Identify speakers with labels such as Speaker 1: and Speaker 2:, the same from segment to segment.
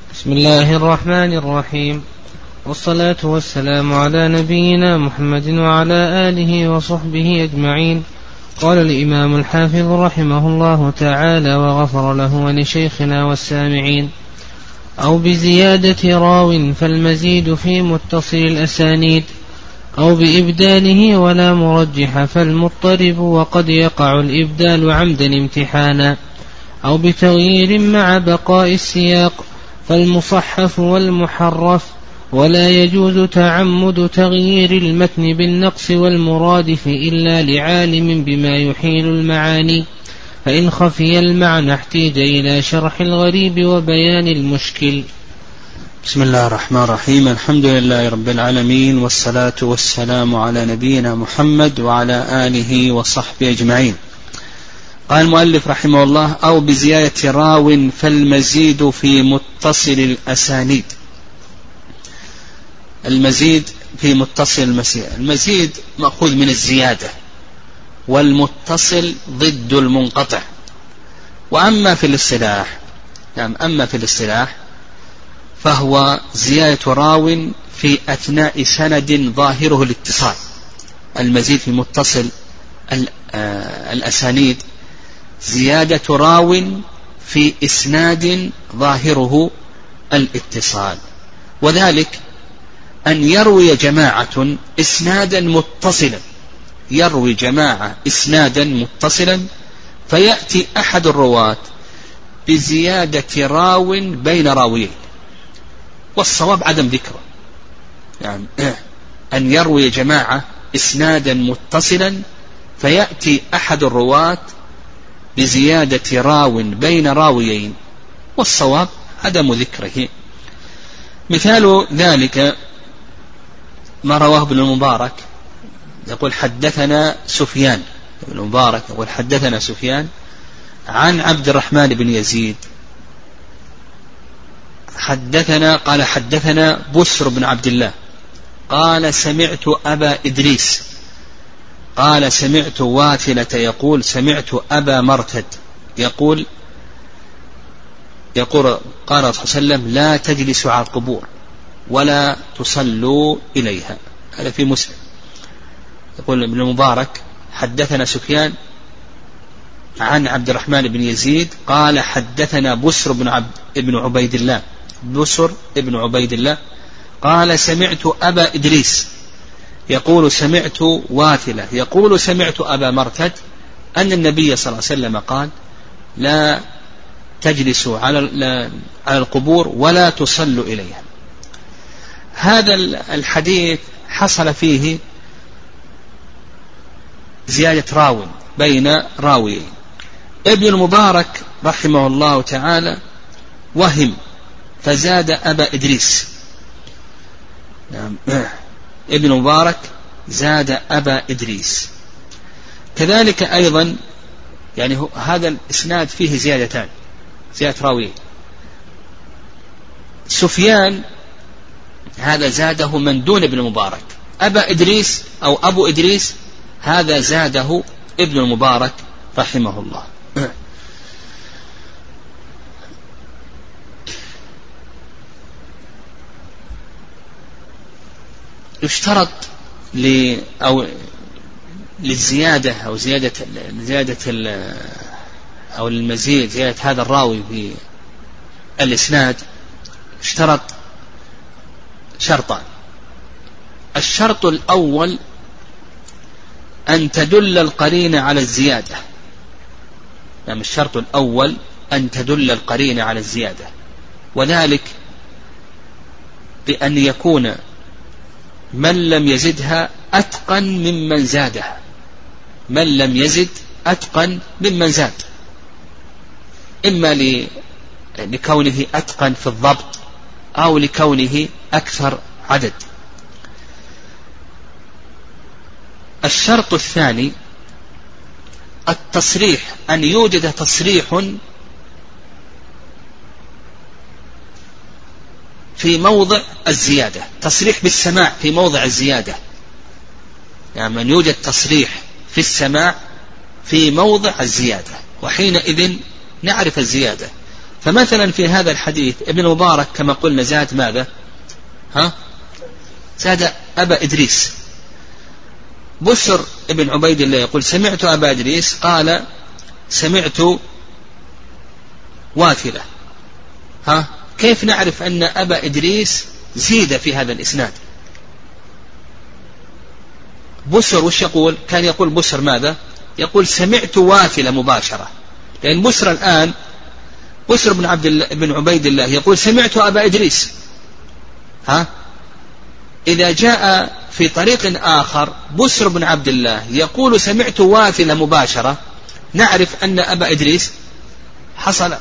Speaker 1: بسم الله الرحمن الرحيم، والصلاة والسلام على نبينا محمد وعلى آله وصحبه أجمعين. قال الإمام الحافظ رحمه الله تعالى وغفر له ولشيخنا والسامعين: أو بزيادة راو فالمزيد في متصل الأسانيد، أو بإبداله ولا مرجح فالمضطرب، وقد يقع الإبدال عمدا امتحانا، أو بتغيير مع بقاء السياق فالمصحف والمحرف، ولا يجوز تعمد تغيير المتن بالنقص والمرادف إلا لعالم بما يحيل المعاني، فإن خفي المعنى احتيج إلى شرح الغريب وبيان المشكل.
Speaker 2: بسم الله الرحمن الرحيم. الحمد لله رب العالمين، والصلاة والسلام على نبينا محمد وعلى آله وصحبه أجمعين. قال المؤلف رحمه الله: أو بزيادة راو فالمزيد في متصل الأسانيد. المزيد في متصل المزيد مأخوذ من الزيادة، والمتصل ضد المنقطع. وأما في الاصطلاح فهو زيادة راو في أثناء سند ظاهره الاتصال. المزيد في متصل الأسانيد زيادة راو في إسناد ظاهره الاتصال، وذلك أن يروي جماعة إسنادا متصلا، فيأتي أحد الرواة بزيادة راو بين راويين، والصواب عدم ذكره. يعني أن يروي جماعة إسنادا متصلا فيأتي أحد الرواة بزيادة راو بين راويين، والصواب عدم ذكره. مثال ذلك ما رواه ابن المبارك، يقول حدثنا سفيان. ابن المبارك يقول حدثنا سفيان عن عبد الرحمن بن يزيد قال حدثنا بسر بن عبد الله قال سمعت أبا إدريس قال سمعت واثلة يقول سمعت أبا مرتد يقول قال صلى الله عليه وسلم: لا تجلسوا على القبور ولا تصلوا إليها. هذا في مسلم. يقول ابن المبارك حدثنا سفيان عن عبد الرحمن بن يزيد قال حدثنا بسر بن عبيد الله قال سمعت أبا إدريس يقول سمعت واثلة يقول سمعت أبا مرتد أن النبي صلى الله عليه وسلم قال: لا تجلسوا على القبور ولا تصلوا إليها. هذا الحديث حصل فيه زيادة راو بين راويين. ابن المبارك رحمه الله تعالى وهم فزاد أبا إدريس. ابن المبارك زاد أبا إدريس. كذلك أيضا يعني هذا الإسناد فيه زيادتان، زيادة راوي. سفيان هذا زاده من دون ابن المبارك. أبا إدريس أو أبو إدريس هذا زاده ابن المبارك رحمه الله. يشترط للزيادة أو زيادة أو المزيد زيادة هذا الراوي في الإسناد اشترط شرطان. الشرط الأول أن تدل القرينة على الزيادة. يعني الشرط الأول أن تدل القرينة على الزيادة، وذلك بأن يكون من لم يزدها أتقن ممن زادها. من لم يزد أتقن ممن زاد، إما لكونه أتقن في الضبط أو لكونه أكثر عدد. الشرط الثاني التصريح، أن يوجد تصريح في موضع الزيادة، تصريح بالسماع في موضع الزيادة. يعني من يوجد تصريح في السماع في موضع الزيادة، وحينئذ نعرف الزيادة. فمثلا في هذا الحديث ابن المبارك كما قلنا زاد ماذا؟ زاد أبا إدريس. بشر ابن عبيد الله يقول سمعت أبا إدريس قال سمعت واثلة. كيف نعرف أن أبا إدريس زيد في هذا الإسناد؟ بشر وش يقول؟ كان يقول بشر ماذا؟ يقول سمعت واثلة مباشرة، لأن بشر الآن بشر بن عبيد الله يقول سمعت أبا إدريس. إذا جاء في طريق آخر بشر بن عبد الله يقول سمعت واثلة مباشرة، نعرف أن أبا إدريس حصل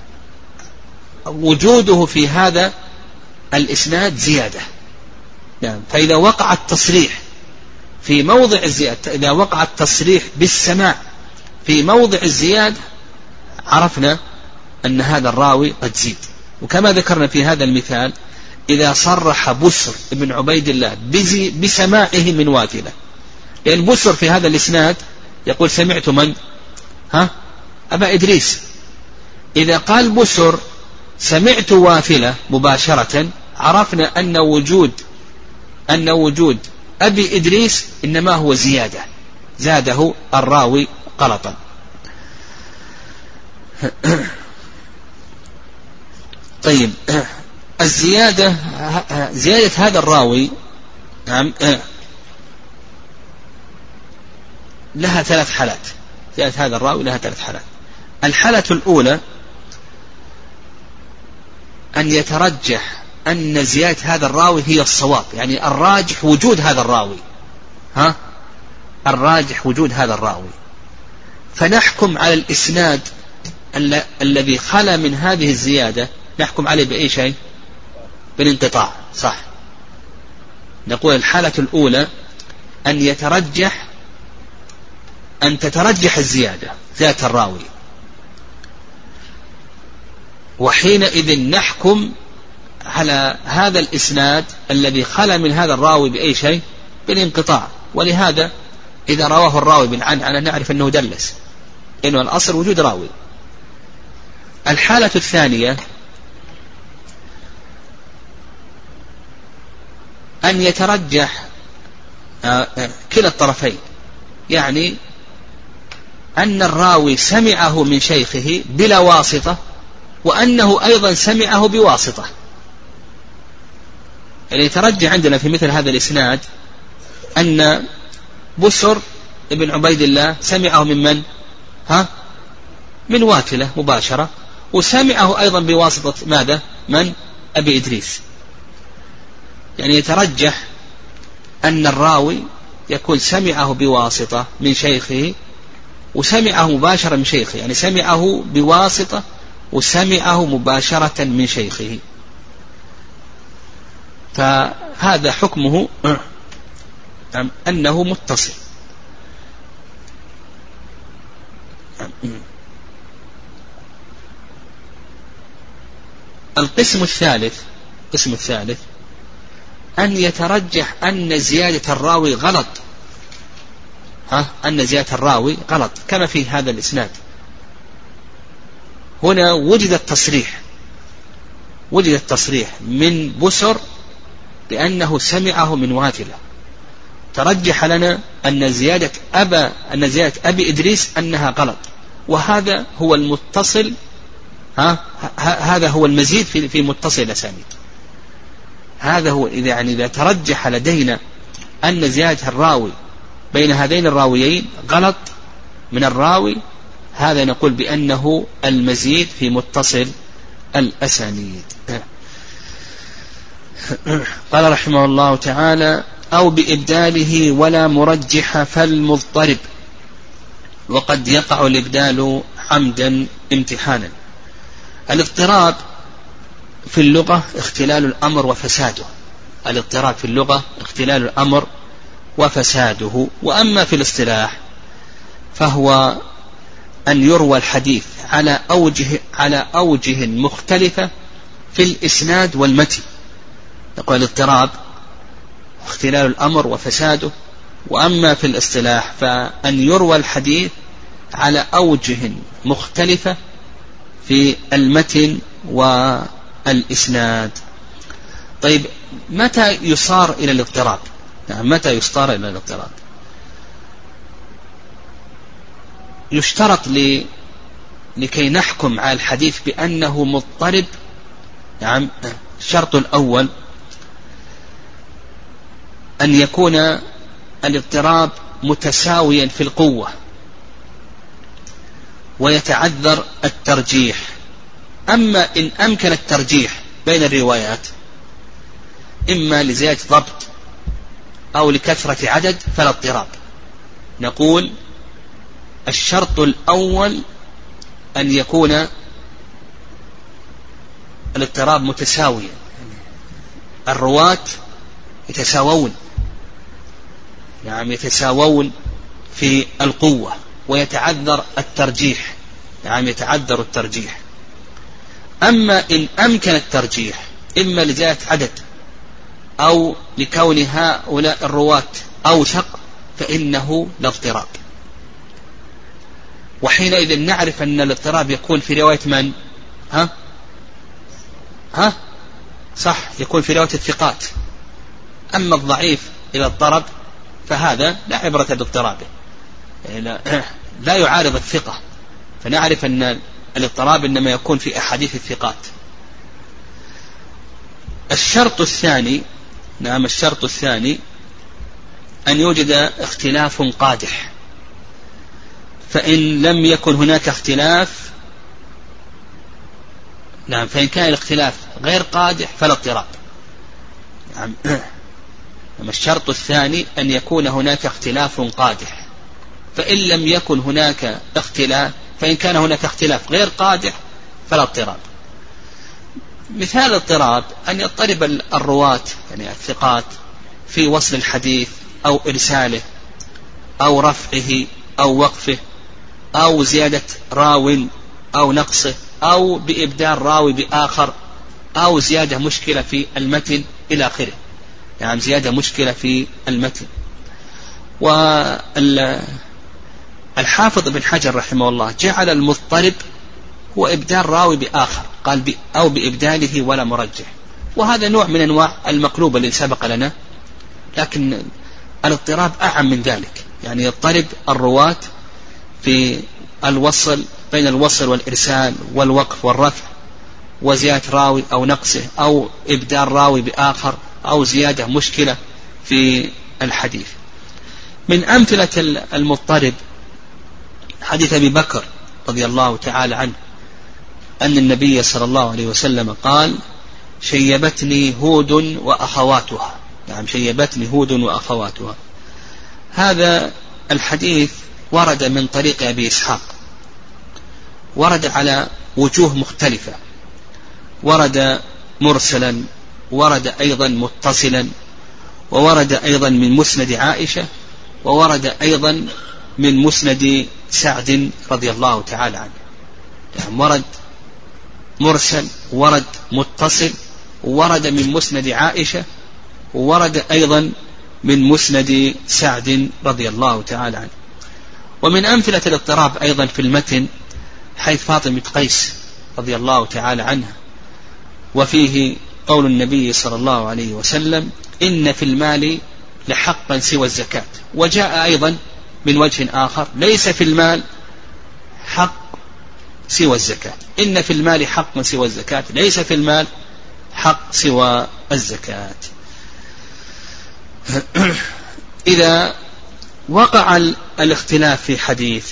Speaker 2: وجوده في هذا الإسناد زيادة. فإذا وقع التصريح في موضع الزيادة، إذا وقع التصريح بالسماع في موضع الزيادة، عرفنا أن هذا الراوي قد زيد. وكما ذكرنا في هذا المثال إذا صرح بشر بن عبيد الله بسماعه من واثلة، لأن بشر في هذا الإسناد يقول سمعت من؟ أبا إدريس. إذا قال بشر سمعت واثلة مباشرة، عرفنا أن وجود أبي إدريس إنما هو زيادة، زاده الراوي غلطا. طيب، الزيادة زيادة هذا الراوي لها ثلاث حالات. زيادة هذا الراوي لها ثلاث حالات. الحالة الأولى أن يترجح أن زيادة هذا الراوي هي الصواب، يعني الراجح وجود هذا الراوي، الراجح وجود هذا الراوي، فنحكم على الإسناد الذي خلا من هذه الزيادة، نحكم عليه بأي شيء؟ بالانقطاع، صح. نقول الحالة الأولى أن تترجح الزيادة ذات الراوي، وحينئذ نحكم على هذا الإسناد الذي خلا من هذا الراوي بأي شيء؟ بالانقطاع. ولهذا إذا رواه الراوي بالعنعنة نعرف أنه دلس، لأنه الأصل وجود راوي. الحالة الثانية أن يترجح كلا الطرفين، يعني أن الراوي سمعه من شيخه بلا واسطة، وأنه أيضا سمعه بواسطة. يعني يترجح عندنا في مثل هذا الإسناد أن بشر ابن عبيد الله سمعه من من واثلة مباشرة، وسمعه أيضا بواسطة ماذا؟ من؟ أبي إدريس. يعني يترجح أن الراوي يكون سمعه بواسطة من شيخه، وسمعه مباشرة من شيخه، يعني سمعه بواسطة وسمعه مباشرة من شيخه. فهذا حكمه أنه متصل. القسم الثالث أن يترجح أن زيادة الراوي غلط، أن زيادة الراوي غلط، كما في هذا الإسناد. هنا وجد التصريح من بشر بأنه سمعه من واثلة، ترجح لنا أن زيادة أبي إدريس أنها غلط، وهذا هو المتصل، هذا هو المزيد في متصل الأسانيد. هذا هو إذا ترجح لدينا أن زيادة الراوي بين هذين الراويين غلط من الراوي، هذا نقول بأنه المزيد في متصل الأسانيد. قال رحمه الله تعالى: أو بإبداله ولا مرجح فالمضطرب، وقد يقع الإبدال عمدا امتحانا. الاضطراب في اللغة اختلال الأمر وفساده، الاضطراب في اللغة اختلال الأمر وفساده. وأما في الاصطلاح فهو أن يروى الحديث على أوجه مختلفة في الإسناد والمتن. نقول الاضطراب اختلال الأمر وفساده. وأما في الاصطلاح فأن يروى الحديث على أوجه مختلفة في المتن والإسناد. طيب متى يصار إلى الاضطراب؟ يعني متى يصار إلى الاضطراب؟ يشترط لكي نحكم على الحديث بأنه مضطرب. نعم، الشرط الأول أن يكون الاضطراب متساويا في القوة ويتعذر الترجيح. أما إن أمكن الترجيح بين الروايات إما لزيادة ضبط أو لكثرة عدد فلا اضطراب. نقول الشرط الأول أن يكون الاضطراب متساويا، الرواة يتساوون، نعم يتساوون في القوة ويتعذر الترجيح، نعم يتعذر الترجيح. أما إن أمكن الترجيح إما لزيادة عدد أو لكون هؤلاء الرواة أوثق فإنه لا اضطراب. وحينئذ نعرف أن الاضطراب يكون في رواية من؟ صح، يكون في رواية الثقات. أما الضعيف إذا اضطرب فهذا لا عبرة باضطرابه، لا يعارض الثقة، فنعرف أن الاضطراب إنما يكون في أحاديث الثقات. الشرط الثاني، نعم الشرط الثاني أن يوجد اختلاف قادح، فإن لم يكن هناك اختلاف، نعم فإن كان الاختلاف غير قادح فلا اضطراب. نعم الشرط الثاني أن يكون هناك اختلاف قادح، فإن لم يكن هناك اختلاف، فإن كان هناك اختلاف غير قادح فلا اضطراب. مثال الاضطراب أن يضطرب الرواة يعني الثقات في وصل الحديث أو إرساله أو رفعه أو وقفه أو زيادة راو أو نقصه أو بإبدال راوي بآخر أو زيادة مشكلة في المتن إلى آخره، يعني زيادة مشكلة في المتن. والحافظ بن حجر رحمه الله جعل المضطرب هو إبدال راوي بآخر، قال أو بإبداله ولا مرجح، وهذا نوع من أنواع المقلوب اللي سبق لنا، لكن الاضطراب أعم من ذلك، يعني يضطرب الرواة في الوصل بين الوصل والإرسال والوقف والرفع وزيادة راوي أو نقصه أو إبدال راوي بآخر أو زيادة مشكلة في الحديث. من أمثلة المضطرب حديث أبي بكر رضي الله تعالى عنه أن النبي صلى الله عليه وسلم قال: شيبتني هود وأخواتها، يعني شيبتني هود وأخواتها. هذا الحديث ورد من طريق أبي إسحاق، ورد على وجوه مختلفة، ورد مرسلا، ورد أيضا متصلا، وورد أيضا من مسند عائشة، وورد أيضا من مسند سعد رضي الله تعالى عنه، يعني ورد مرسل، ورد متصل، ورد من مسند عائشة، وورد أيضا من مسند سعد رضي الله تعالى عنه. ومن أمثلة الاضطراب أيضا في المتن حيث فاطمة قيس رضي الله تعالى عنها، وفيه قول النبي صلى الله عليه وسلم: إن في المال لحقا سوى الزكاة. وجاء أيضا من وجه آخر: ليس في المال حق سوى الزكاة. إن في المال حق سوى الزكاة، ليس في المال حق سوى الزكاة. إذا وقع الاختلاف في حديث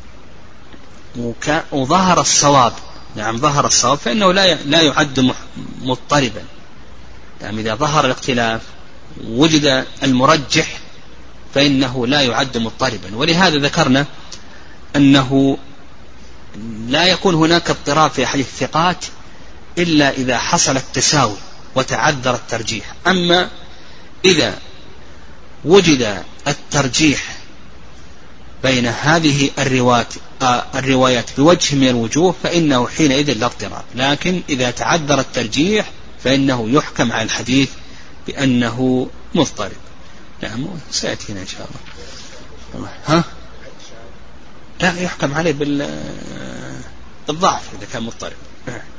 Speaker 2: وظهر الصواب، نعم ظهر الصواب، فإنه لا يعد مضطربا. يعني إذا ظهر الاختلاف وجد المرجح فإنه لا يعد مضطربا. ولهذا ذكرنا أنه لا يكون هناك اضطراب في أحاديث الثقات إلا إذا حصل التساوي وتعذر الترجيح. أما إذا وجد الترجيح بين هذه الروايات بوجه من الوجوه فإنه حينئذ لا اضطراب. لكن إذا تعذر الترجيح فإنه يحكم على الحديث بأنه مضطرب. نعم سيأتي هنا إن شاء الله. لا يحكم عليه الضعف إذا كان مضطرب.